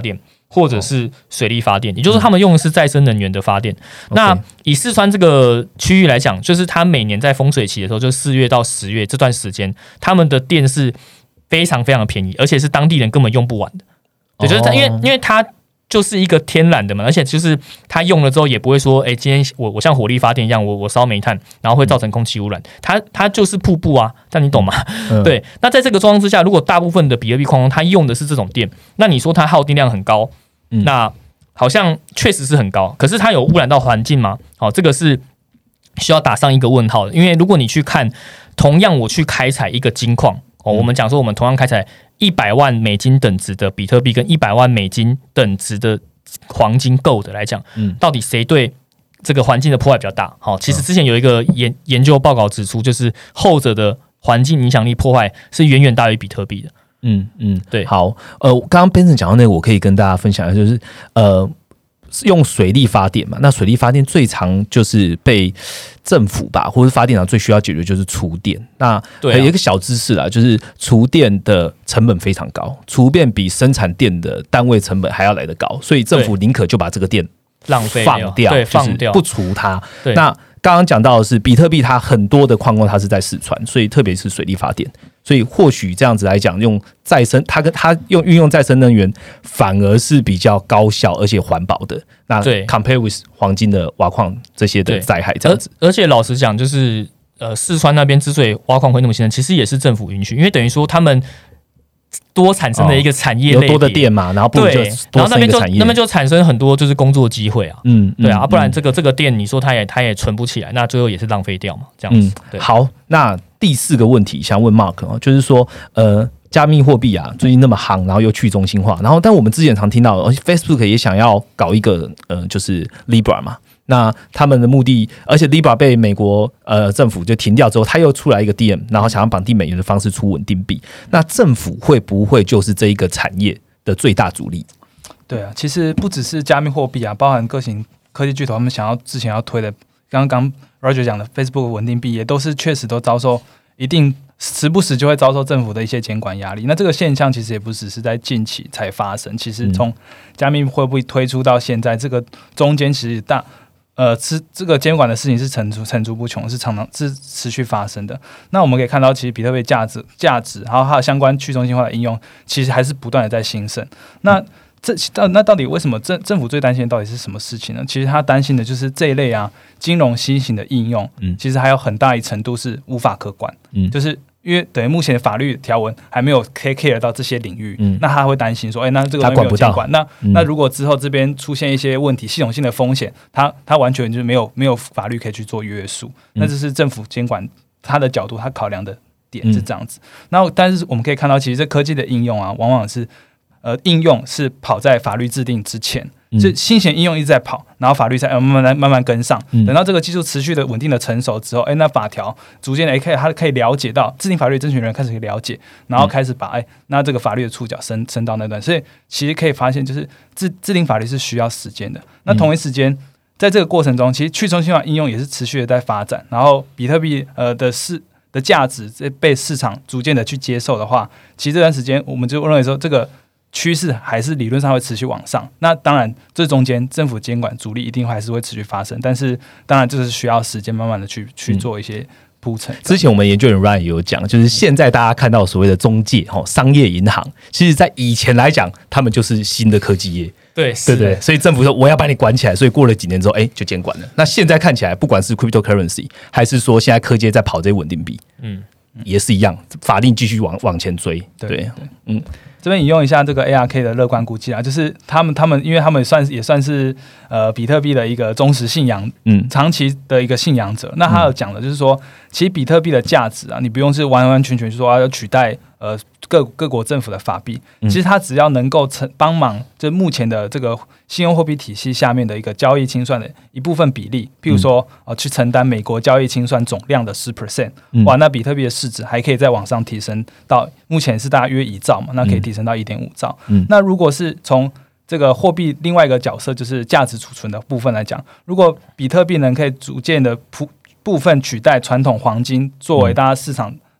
或者是水力发电，也就是他们用的是再生能源的发电。那以四川这个区域来讲，就是它每年在丰水期的时候，就4月到10月这段时间，他们的电是非常非常的便宜，而且是当地人根本用不完的。对，就是因为它就是一个天然的嘛，而且就是它用了之后也不会说，今天我像火力发电一样，我烧煤炭，然后会造成空气污染。它就是瀑布啊，但你懂吗？对。那在这个状况之下，如果大部分的比特币矿工它用的是这种电，那你说它耗电量很高，那好像确实是很高，可是它有污染到环境吗？这个是需要打上一个问号的。因为如果你去看，同样我去开采一个金矿，我们讲说我们同样开采100万美金等值的比特币跟100万美金等值的黄金 Gold 来讲，到底谁对这个环境的破坏比较大？其实之前有一个研究报告指出，就是后者的环境影响力破坏是远远大于比特币的。对。 好，刚刚 Benson 讲到那个，我可以跟大家分享一下，就是用水力发电嘛，那水力发电最常就是被政府吧，或是发电厂最需要解决就是厨电。那有一个小知识啦，就是厨电的成本非常高，厨电比生产电的单位成本还要来得高，所以政府宁可就把这个电浪费放掉， 对， 放掉，不除它。那刚刚讲到的是比特币，它很多的矿工它是在四川，所以特别是水力发电，所以或许这样子来讲，用再生，它运用再生能源，反而是比较高效而且环保的。那 compare with 黄金的挖矿这些的灾害这样子。 而且老实讲，就是四川那边之所以挖矿会那么兴盛，其实也是政府允许，因为等于说他们多产生的一个产业类别， 有多的电嘛，然后不如就多生一个产业， 那边就产生很多就是工作机会啊，对啊，不然这个电你说它也存不起来，那最后也是浪费掉嘛，这样子。对。 好，那第4个问题想问 Mark 就是说，加密货币啊，最近那么夯，然后又去中心化，然后但我们之前常听到，Facebook 也想要搞一个就是 Libra 嘛。那他们的目的，而且 Libra 被美国政府就停掉之后，他又出来一个 DM， 然后想要绑定美元的方式出稳定币。那政府会不会就是这一个产业的最大阻力？ 对啊，其实不只是加密货币啊，包含各型科技巨头他们之前要推的，刚刚 Roger 讲的 Facebook 稳定币，也都是确实都遭受一定时不时就会遭受政府的一些监管压力。那这个现象其实也不只是在近期才发生，其实从加密货币推出到现在，这个中间其实这个监管的事情是层出不穷，是持续发生的。那我们可以看到，其实比特币价值，然后还有相关去中心化的应用，其实还是不断的在兴盛。那到底为什么政府最担心的到底是什么事情呢？其实他担心的就是这一类金融新型的应用，其实还有很大一程度是无法可管，就是因为等于目前的法律条文还没有 care 到这些领域，那他会担心说，那这个东西没有监管，那如果之后这边出现一些问题，系统性的风险，他完全就是没有法律可以去做约束，那这是政府监管他的角度，他考量的点是这样子。那但是我们可以看到，其实这科技的应用往往是应用是跑在法律制定之前。就新型应用一直在跑，然后法律才慢慢跟上。等到这个技术持续的稳定的成熟之后，那法条逐渐的它可以了解到制定法律的征询人开始可以了解，然后开始把那这个法律的触角伸到那段。所以其实可以发现，就是制定法律是需要时间的。那同一时间，在这个过程中，其实去中心化应用也是持续的在发展。然后比特币的价值被市场逐渐的去接受的话，其实这段时间我们就认为说这个趋势还是理论上会持续往上。那当然这中间政府监管阻力一定还是会持续发生，但是当然这是需要时间慢慢的去做一些铺陈。 之前我们研究员 Ryan 也有讲，就是现在大家看到所谓的中介商业银行，其实在以前来讲他们就是新的科技业， 对对对，所以政府说我要把你管起来，所以过了几年之后就监管了。那现在看起来不管是 cryptocurrency 还是说现在科技在跑这些稳定币，也是一样，法令继续往前追。对， 这边引用一下这个 ARK 的乐观估计就是他们，因为他们也算是比特币的一个忠实信仰，长期的一个信仰者。那他有讲的就是说，其实比特币的价值你不用是完完全全说要取代各国政府的法币，其实它只要能够帮忙，就目前的这个信用货币体系下面的一个交易清算的一部分比例，譬如说去承担美国交易清算总量的 10%，哇，那比特币的市值还可以再往上提升到目前是大约1兆嘛，那可以提升到 1.5 兆。那如果是从这个货币另外一个角色，就是价值储存的部分来讲，如果比特币可以逐渐的部分取代传统黄金作为大家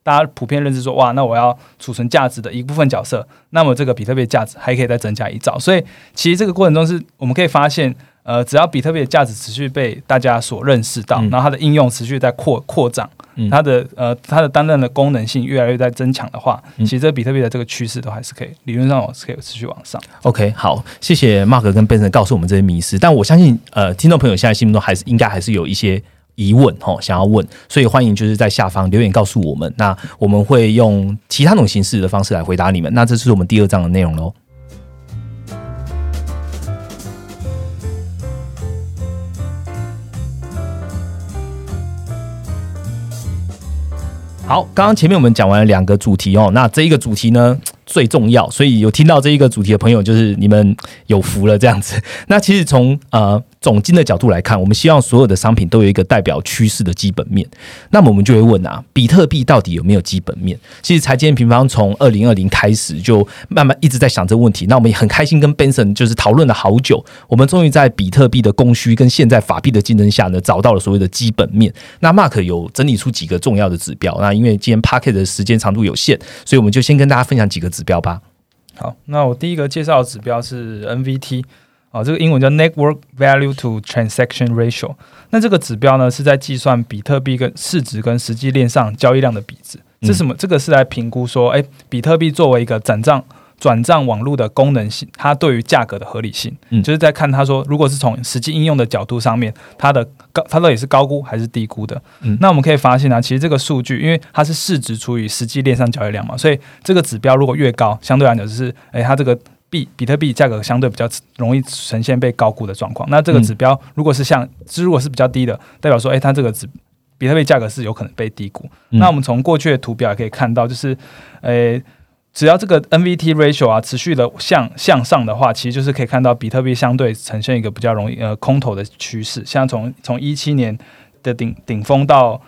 大家普遍认知说，哇，那我要储存价值的一部分角色，那么这个比特币的价值还可以再增加1兆。所以其实这个过程中我们可以发现，只要比特币的价值持续被大家所认识到，然后它的应用持续在扩张，它的担任的功能性越来越在增强的话，其实这个比特币的这个趋势都还是可以，理论上是可以持续往上。 OK， 好，谢谢 Mark 跟 Benson 告诉我们这些迷思，但我相信听众朋友现在心目中应该还是有一些疑问想要问，所以欢迎就是在下方留言告诉我们，那我们会用其他种形式的方式来回答你们。那这是我们第2章的内容咯。好，刚刚前面我们讲完了2个主题那这一个主题呢最重要，所以有听到这一个主题的朋友，就是你们有福了这样子。那其实从总经的角度来看，我们希望所有的商品都有一个代表趋势的基本面。那么我们就会问比特币到底有没有基本面？其实财经平方从2020开始就慢慢一直在想这个问题。那我们也很开心跟 Benson 就是讨论了好久，我们终于在比特币的供需跟现在法币的竞争下呢，找到了所谓的基本面。那 Mark 有整理出几个重要的指标。那因为今天 Podcast 的时间长度有限，所以我们就先跟大家分享几个指标吧。 好，那我第一个介绍的指标是 NVT。这个英文叫 Network Value to Transaction Ratio。那这个指标呢，是在计算比特币跟市值跟实际链上交易量的比值。这什么？这个是来评估说，比特币作为一个转账网络的功能性，它对于价格的合理性，就是在看它说，如果是从实际应用的角度上面，它到底是高估还是低估的。那我们可以发现其实这个数据，因为它是市值除以实际链上交易量嘛，所以这个指标如果越高，相对来讲就是它这个比特币价格相对比较容易呈现被高估的状况。那这个指标如果是比较低的，代表说它这个比特币价格是有可能被低估。那我们从过去的图表也可以看到，就是只要这个 NVT ratio 持续的向上的话，其实就是可以看到比特币相对呈现一个比较容易空头的趋势。像从17年的顶峰到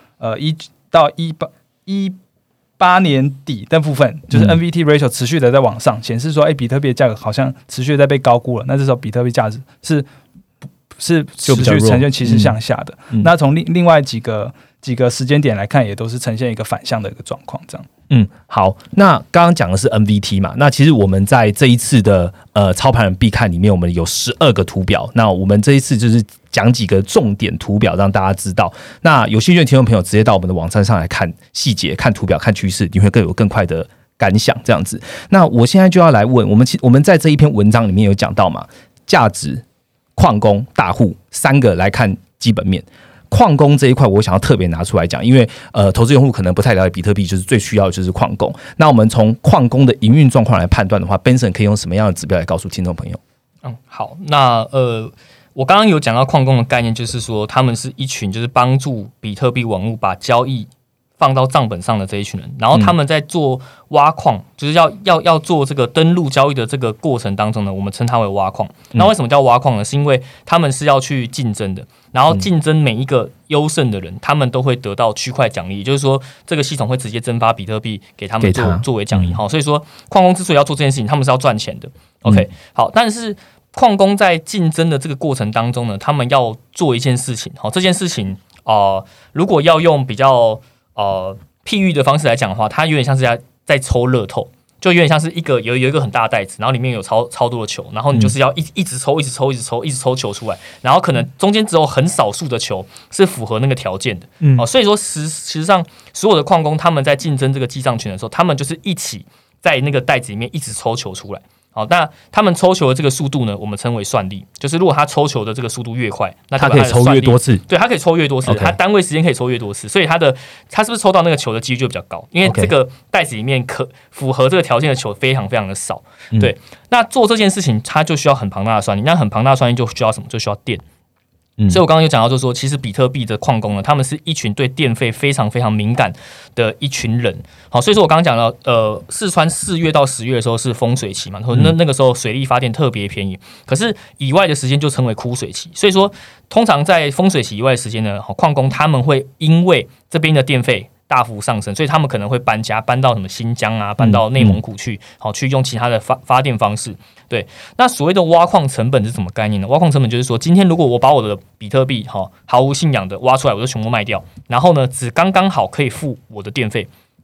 18年底的部分，就是 NVT ratio 持续的在往上，显示说，比特币的价格好像持续的在被高估了。那这时候比特币价值是持续呈现趋势向下的。那从另外几个时间点来看，也都是呈现一个反向的一个状况，这样。 好，那刚刚讲的是 NVT 嘛，那其实我们在这一次的操盘人必看里面，我们有12个图表。那我们这一次就是讲几个重点图表，让大家知道。那有兴趣的听众朋友，直接到我们的网站上来看细节、看图表、看趋势，你会更快的感想这样子。那我现在就要来问我们在这一篇文章里面有讲到嘛，价值、矿工、大户3个来看基本面。矿工这一块，我想要特别拿出来讲，因为投资用户可能不太了解比特币，就是最需要的就是矿工。那我们从矿工的营运状况来判断的话 ，Benson 可以用什么样的指标来告诉听众朋友？ 好，那我刚刚有讲到矿工的概念，就是说他们是一群就是帮助比特币网络把交易放到账本上的这一群人，然后他们在做挖矿，就是要做这个登录交易的这个过程当中呢，我们称它为挖矿。那为什么叫挖矿呢？是因为他们是要去竞争的，然后竞争每一个优胜的人，他们都会得到区块奖励，也就是说，这个系统会直接增发比特币给他们作为奖励。所以说，矿工之所以要做这件事情，他们是要赚钱的。OK， 好，但是矿工在竞争的这个过程当中呢，他们要做一件事情。这件事情如果要用比较譬喻的方式来讲的话，它有点像是在抽乐透，就有点像是有一个很大的袋子，然后里面有超多的球，然后你就是要一直抽球出来，然后可能中间只有很少数的球是符合那个条件的。所以说实际上所有的矿工他们在竞争这个记账权的时候，他们就是一起在那个袋子里面一直抽球出来。好，那他们抽球的这个速度呢，我们称为算力，就是如果他抽球的这个速度越快，那他可以抽越多次。 对，他可以抽越多次，他单位时间可以抽越多次，所以他是不是抽到那个球的几率就比较高？因为这个袋子里面符合这个条件的球非常非常的少。对，那做这件事情，它就需要很庞大的算力，那很庞大的算力就需要什么？就需要电。所以我刚刚有讲到，就是说，其实比特币的矿工呢，他们是一群对电费非常非常敏感的一群人。好，所以说我刚刚讲到，四川4月到10月的时候是丰水期嘛，那个时候水力发电特别便宜，可是以外的时间就称为枯水期。所以说，通常在丰水期以外的时间呢，矿工他们会因为这边的电费大幅上升，所以他们可能会搬家，搬到什么新疆啊，搬到内蒙古去，去用其他的发电方式。对，那所谓的挖矿成本是什么概念呢？挖矿成本就是说，今天如果我把我的比特币毫无信仰的挖出来，我就全部卖掉，然后呢，只刚刚好可以付我的电费，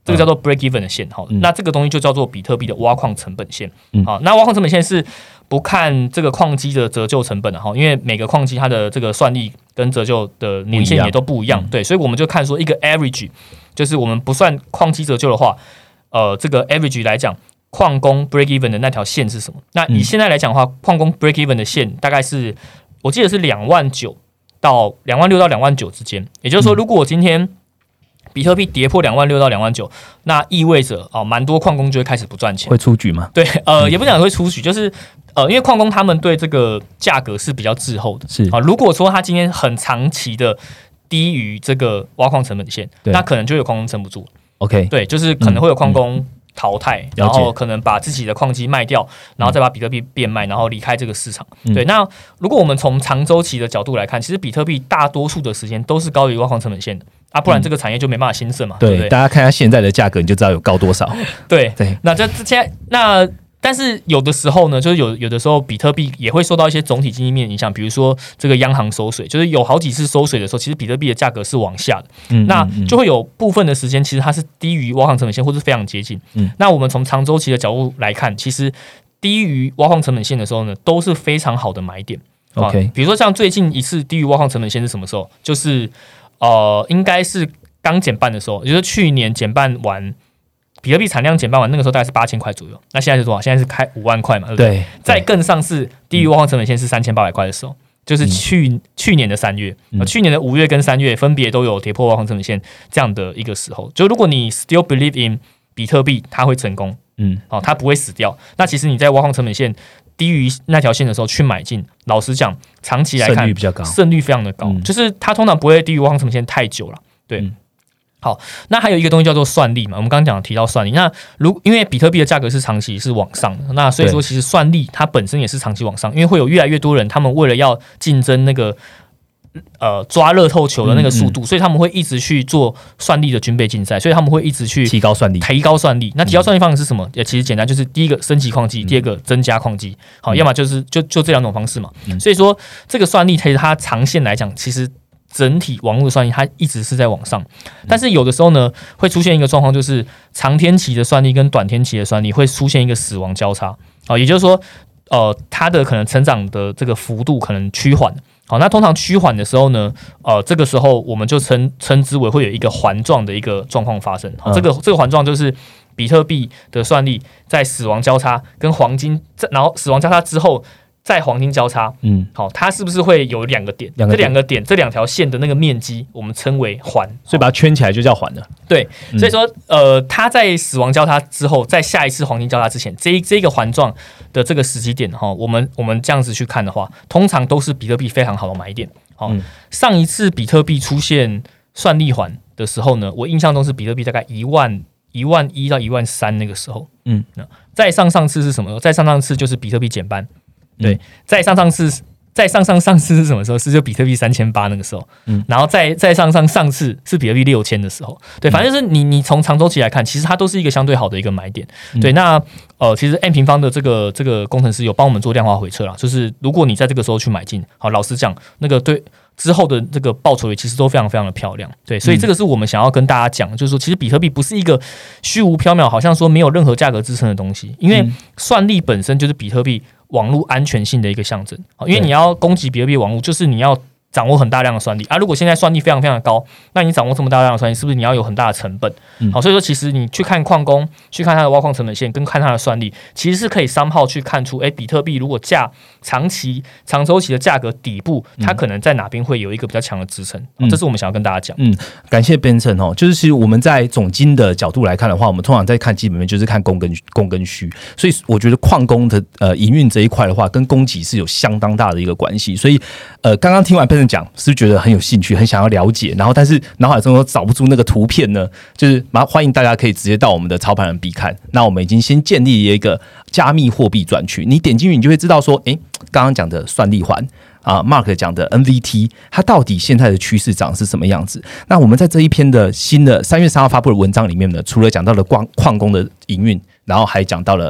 这个叫做 break even 的线。那这个东西就叫做比特币的挖矿成本线。好，那挖矿成本线是不看这个矿机的折旧成本的，因为每个矿机它的这个算力跟折旧的年限也都不一样。对，所以我们就看说一个 average， 就是我们不算矿机折旧的话，这个 average 来讲，矿工 break even 的那条线是什么？那以现在来讲的话，矿工 break even 的线大概是我记得是29000到26000到29000之间。也就是说，如果我今天比特币跌破26000到29000，那意味着蛮多矿工就会开始不赚钱， 会出局吗？ 对，也不讲会出局，就是因为矿工他们对这个价格是比较滞后的， 是啊。 如果说他今天很长期的低于这个挖矿成本线，那可能就有矿工撑不住。OK， 对，就是可能会有矿工淘汰，然后可能把自己的矿机卖掉，然后再把比特币变卖，然后离开这个市场。对，那如果我们从长周期的角度来看，其实比特币大多数的时间都是高于挖矿成本线的。不然这个产业就没办法兴盛嘛，对不对？ 大家看一下现在的价格，你就知道有高多少。 对，那这现在但是有的时候呢，就是有的时候比特币也会受到一些总体经济面影响，比如说这个央行收水，就是有好几次收水的时候，其实比特币的价格是往下的，那就会有部分的时间其实它是低于挖矿成本线或是非常接近。那我们从长周期的角度来看，其实低于挖矿成本线的时候呢，都是非常好的买点。 OK， 比如说像最近一次低于挖矿成本线是什么时候？就是应该是刚减半的时候，也就是去年减半完，比特币产量减半完，那个时候大概是8000块左右。那现在是多少？现在是开5万块嘛，对不对？再更上是低于挖矿成本线是3800块的时候，就是去年的3月，去年的5月跟3月分别都有跌破挖矿成本线这样的一个时候。就如果你 still believe in 比特币，它会成功，它不会死掉。那其实你在挖矿成本线低于那条线的时候去买进，老实讲，长期来看胜率比较高， 胜率非常的高，就是它通常不会低于挖矿成本线太久了。对，好，那还有一个东西叫做算力嘛，我们刚刚提到算力，那因为比特币的价格是长期是往上的，那所以说其实算力它本身也是长期往上，因为会有越来越多人，他们为了要竞争那个抓乐透球的那个速度，所以他们会一直去做算力的军备竞赛，所以他们会一直去提高算力。 那提高算力方式是什么？其实简单，就是第一个升级矿机，第二个增加矿机。好，要么就是就这两种方式嘛。所以说这个算力其实它长线来讲，其实整体网络的算力它一直是在往上，但是有的时候呢会出现一个状况，就是长天期的算力跟短天期的算力会出现一个死亡交叉。好，也就是说它的可能成长的这个幅度可能趋缓。好，那通常趋缓的时候呢，这个时候我们就称之为会有一个环状的一个状况发生。这个环状就是比特币的算力在死亡交叉跟黄金，然后死亡交叉之后再黄金交叉，好，它是不是会有两个点？这两条线的那个面积，我们称为环， 所以把它圈起来就叫环了。 对，所以说它在死亡交叉之后，在下一次黄金交叉之前，这个环状的这个时机点哈，我们这样子去看的话，通常都是比特币非常好的买点。好，上一次比特币出现算力环的时候呢，我印象中是比特币大概11000到13000那个时候。再上次是什么？再上次就是比特币减半。对，再上次是什么时候？是就比特币3800那个时候，然后再上次是比特币6000的时候。对，反正就是你从长周期来看，其实它都是一个相对好的一个买点。对，那其实 M 平方的这个工程师有帮我们做量化回测啦，就是如果你在这个时候去买进，好，老实讲，那个对之后的这个报酬率其实都非常非常的漂亮。对，所以这个是我们想要跟大家讲，就是说，其实比特币不是一个虚无缥缈，好像说没有任何价格支撑的东西，因为算力本身就是比特币网络安全性的一个象征。因为你要攻击比特币网络，就是你要掌握很大量的算力啊。如果现在算力非常非常的高，那你掌握这么大量的算力，是不是你要有很大的成本？好，所以说其实你去看矿工，去看它的挖矿成本线，跟看它的算力，其实是可以somehow去看出，比特币如果长周期的价格底部，它可能在哪边会有一个比较强的支撑。这是我们想要跟大家讲。 感谢 Benson 哦，就是其实我们在总经的角度来看的话，我们通常在看基本面就是看供跟需，所以我觉得矿工的营运这一块的话，跟供给是有相当大的一个关系。所以刚刚听完 Benson 讲，是不是觉得很有兴趣，很想要了解？然后但是脑海中都找不出那个图片呢？就是欢迎大家可以直接到我们的操盘人必看。那我们已经先建立了一个加密货币专区，你点进去你就会知道说，刚刚讲的算力环Mark 讲的 NVT， 它到底现在的趋势长是什么样子？那我们在这一篇的新的3月3号发布的文章里面呢，除了讲到了矿工的营运，然后还讲到了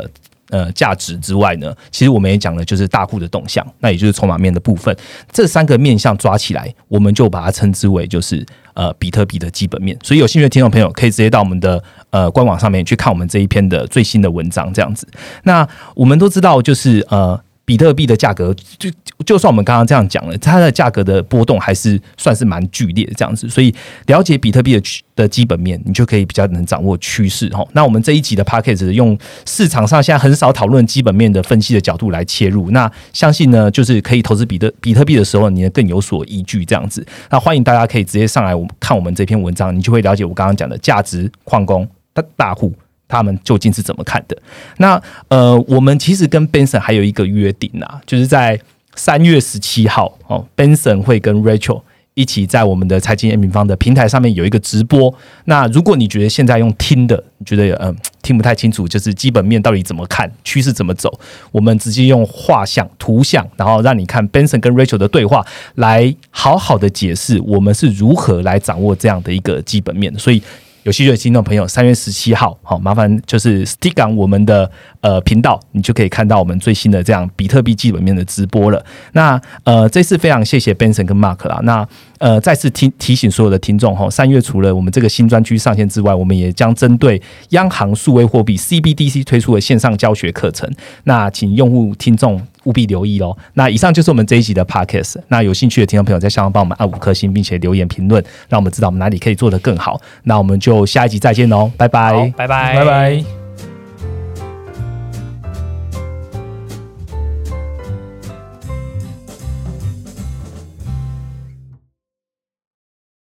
价值之外呢，其实我们也讲了就是大户的动向，那也就是筹码面的部分。这3个面向抓起来，我们就把它称之为就是比特币的基本面。所以有兴趣的听众朋友可以直接到我们的官网上面去看我们这一篇的最新的文章这样子。那我们都知道就是比特币的价格，就算我们刚刚这样讲了，它的价格的波动还是算是蛮剧烈的这样子，所以了解比特币的基本面，你就可以比较能掌握趋势。那我们这一集的 Podcast 用市场上现在很少讨论基本面的分析的角度来切入，那相信呢，就是可以投资比特币的时候，你能更有所依据这样子。那欢迎大家可以直接上来看我们这篇文章，你就会了解我刚刚讲的价值、矿工、大户。他们究竟是怎么看的？那我们其实跟 Benson 还有一个约定啊，就是在3月17号，Benson 会跟 Rachel 一起在我们的财经 M 平方的平台上面有一个直播。那如果你觉得现在用听的，你觉得听不太清楚，就是基本面到底怎么看，趋势怎么走，我们直接用画像、图像，然后让你看 Benson 跟 Rachel 的对话，来好好的解释我们是如何来掌握这样的一个基本面的。所以有兴趣的听众朋友，3月17号，麻烦就是 stick on 我们的频道，你就可以看到我们最新的这样比特币基本面的直播了。那这次非常谢谢 Benson 跟 Mark 啦。那再次提醒所有的听众，3月除了我们这个新专区上线之外，我们也将针对央行数位货币 CBDC 推出的线上教学课程。那请用户听众务必留意咯。那以上就是我们这一集的 Podcast。那有兴趣的听众朋友在下方帮我们按5颗星，并且留言评论，让我们知道我们哪里可以做得更好。那我们就下一集再见喽，拜拜， 拜拜， 拜拜。